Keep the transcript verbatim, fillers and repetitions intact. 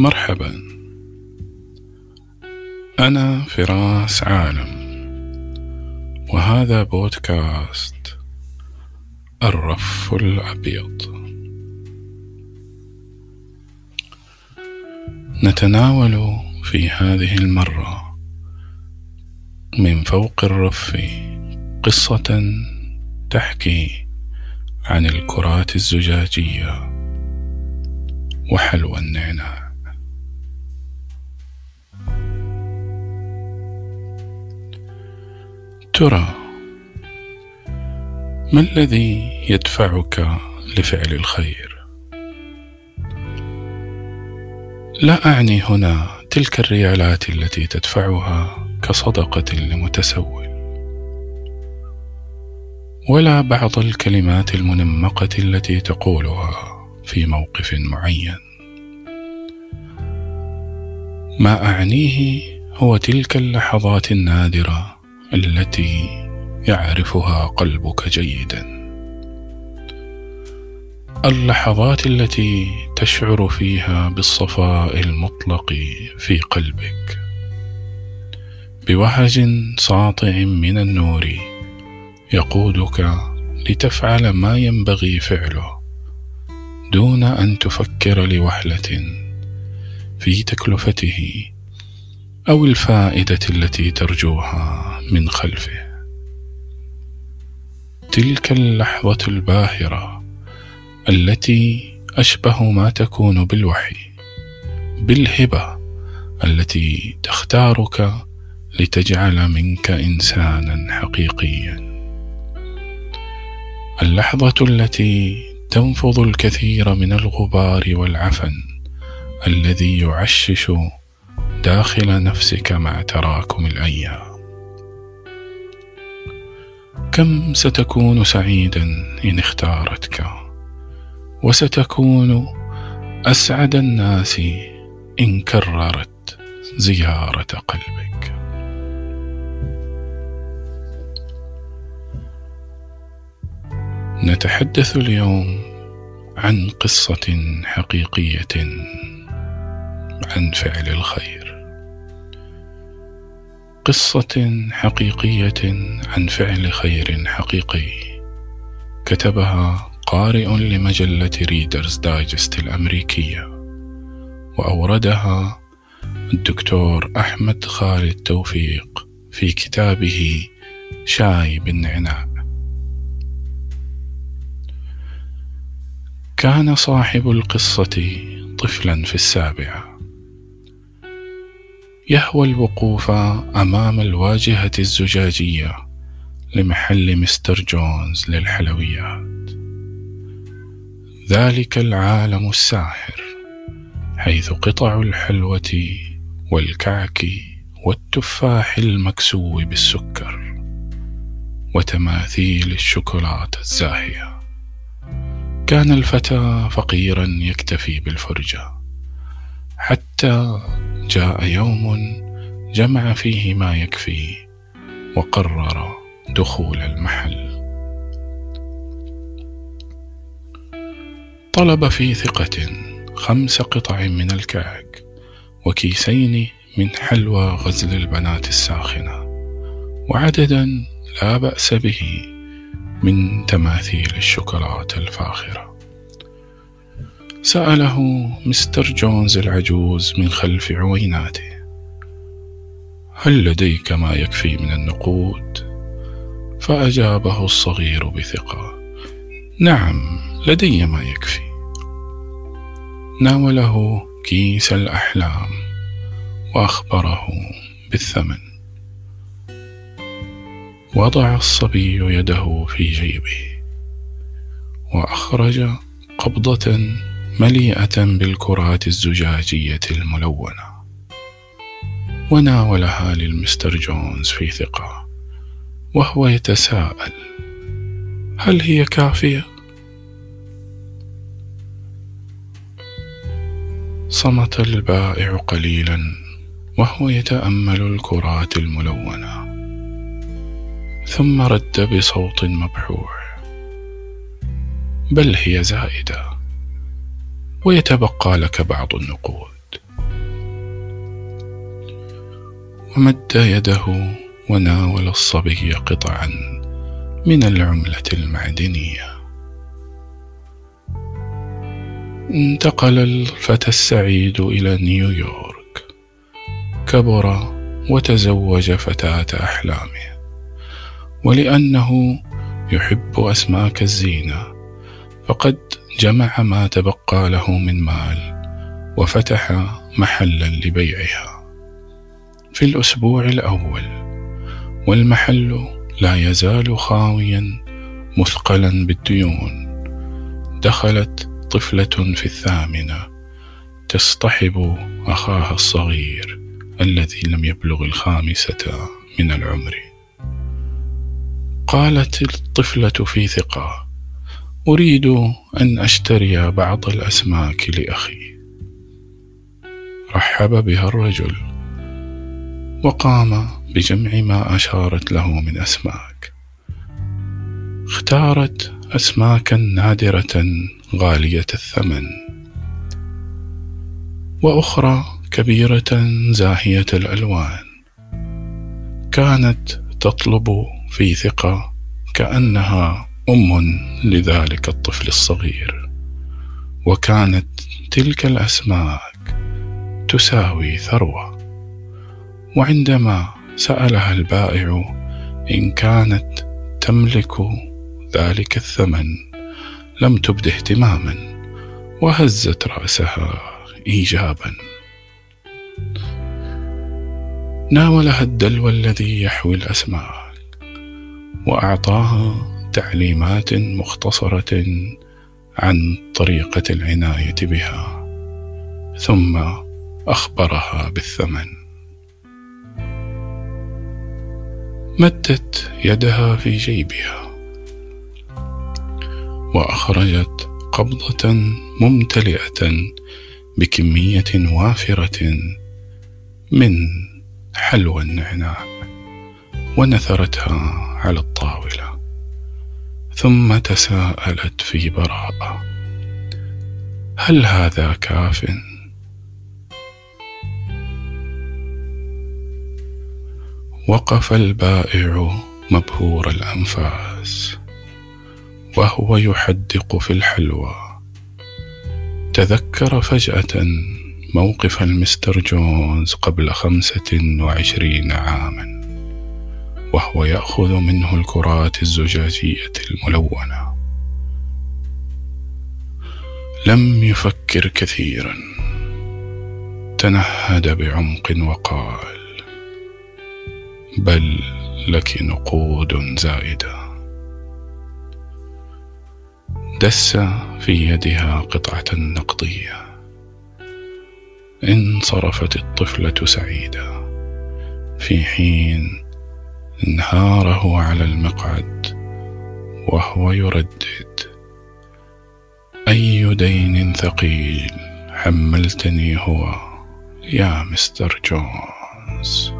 مرحبا، أنا فراس عالم، وهذا بودكاست الرف الأبيض. نتناول في هذه المرة من فوق الرف قصة تحكي عن الكرات الزجاجية وحلوى النعناع. ترى ما الذي يدفعك لفعل الخير؟ لا أعني هنا تلك الريالات التي تدفعها كصدقة لمتسول، ولا بعض الكلمات المنمقة التي تقولها في موقف معين. ما أعنيه هو تلك اللحظات النادرة التي يعرفها قلبك جيدا، اللحظات التي تشعر فيها بالصفاء المطلق في قلبك، بوهج ساطع من النور يقودك لتفعل ما ينبغي فعله دون أن تفكر لوهلة في تكلفته أو الفائدة التي ترجوها من خلفه. تلك اللحظة الباهرة التي أشبه ما تكون بالوحي، بالهبة التي تختارك لتجعل منك إنسانا حقيقيا، اللحظة التي تنفض الكثير من الغبار والعفن الذي يعشش داخل نفسك مع تراكم الأيام. كم ستكون سعيدا إن اختارتك، وستكون أسعد الناس إن كررت زيارة قلبك. نتحدث اليوم عن قصة حقيقية عن فعل الخير، قصة حقيقية عن فعل خير حقيقي كتبها قارئ لمجلة ريدرز دايجست الأمريكية، وأوردها الدكتور أحمد خالد توفيق في كتابه شاي بالنعناع. كان صاحب القصة طفلا في السابعة، يهوى الوقوف أمام الواجهة الزجاجية لمحل مستر جونز للحلويات، ذلك العالم الساحر حيث قطع الحلوة والكعك والتفاح المكسو بالسكر وتماثيل الشوكولاتة الزاهية. كان الفتى فقيرا يكتفي بالفرجة، حتى جاء يوم جمع فيه ما يكفي وقرر دخول المحل. طلب في ثقة خمس قطع من الكعك وكيسين من حلوى غزل البنات الساخنة، وعددا لا بأس به من تماثيل الشوكولاتة الفاخرة. سأله مستر جونز العجوز من خلف عويناته: هل لديك ما يكفي من النقود؟ فأجابه الصغير بثقة: نعم، لدي ما يكفي. ناوله كيس الأحلام وأخبره بالثمن. وضع الصبي يده في جيبه وأخرج قبضة مليئة بالكرات الزجاجية الملونة، وناولها للمستر جونز في ثقة وهو يتساءل: هل هي كافية؟ صمت البائع قليلا وهو يتأمل الكرات الملونة، ثم رد بصوت مبحوح: بل هي زائدة، ويتبقى لك بعض النقود. ومد يده وناول الصبي قطعا من العملة المعدنية. انتقل الفتى السعيد إلى نيويورك، كبر وتزوج فتاة أحلامه، ولأنه يحب أسماك الزينة فقد جمع ما تبقى له من مال وفتح محلا لبيعها في الأسبوع الأول، والمحل لا يزال خاويا مثقلا بالديون. دخلت طفلة في الثامنة تصطحب أخاها الصغير الذي لم يبلغ الخامسة من العمر. قالت الطفلة في ثقة: أريد أن أشتري بعض الأسماك لأخي. رحب بها الرجل وقام بجمع ما أشارت له من أسماك. اختارت أسماكا نادرة غالية الثمن، وأخرى كبيرة زاهية الألوان. كانت تطلب في ثقة كأنها أم لذلك الطفل الصغير، وكانت تلك الأسماك تساوي ثروة. وعندما سألها البائع إن كانت تملك ذلك الثمن لم تبد اهتماما، وهزت رأسها إيجابا. ناولها الدلو الذي يحوي الأسماك وأعطاها تعليمات مختصرة عن طريقة العناية بها، ثم أخبرها بالثمن. مدت يدها في جيبها وأخرجت قبضة ممتلئة بكمية وافرة من حلوى النعناع، ونثرتها على الطاولة، ثم تساءلت في براءة: هل هذا كاف؟ وقف البائع مبهور الأنفاس وهو يحدق في الحلوى. تذكر فجأة موقف المستر جونز قبل خمسة وعشرين عاما وهو يأخذ منه الكرات الزجاجية الملونة. لم يفكر كثيرا، تنهد بعمق وقال: بل لك نقود زائدة. دس في يدها قطعة نقدية. انصرفت الطفلة سعيدة، في حين انهار هو على المقعد وهو يردد: أي دين ثقيل حملتني هو يا مستر جونز.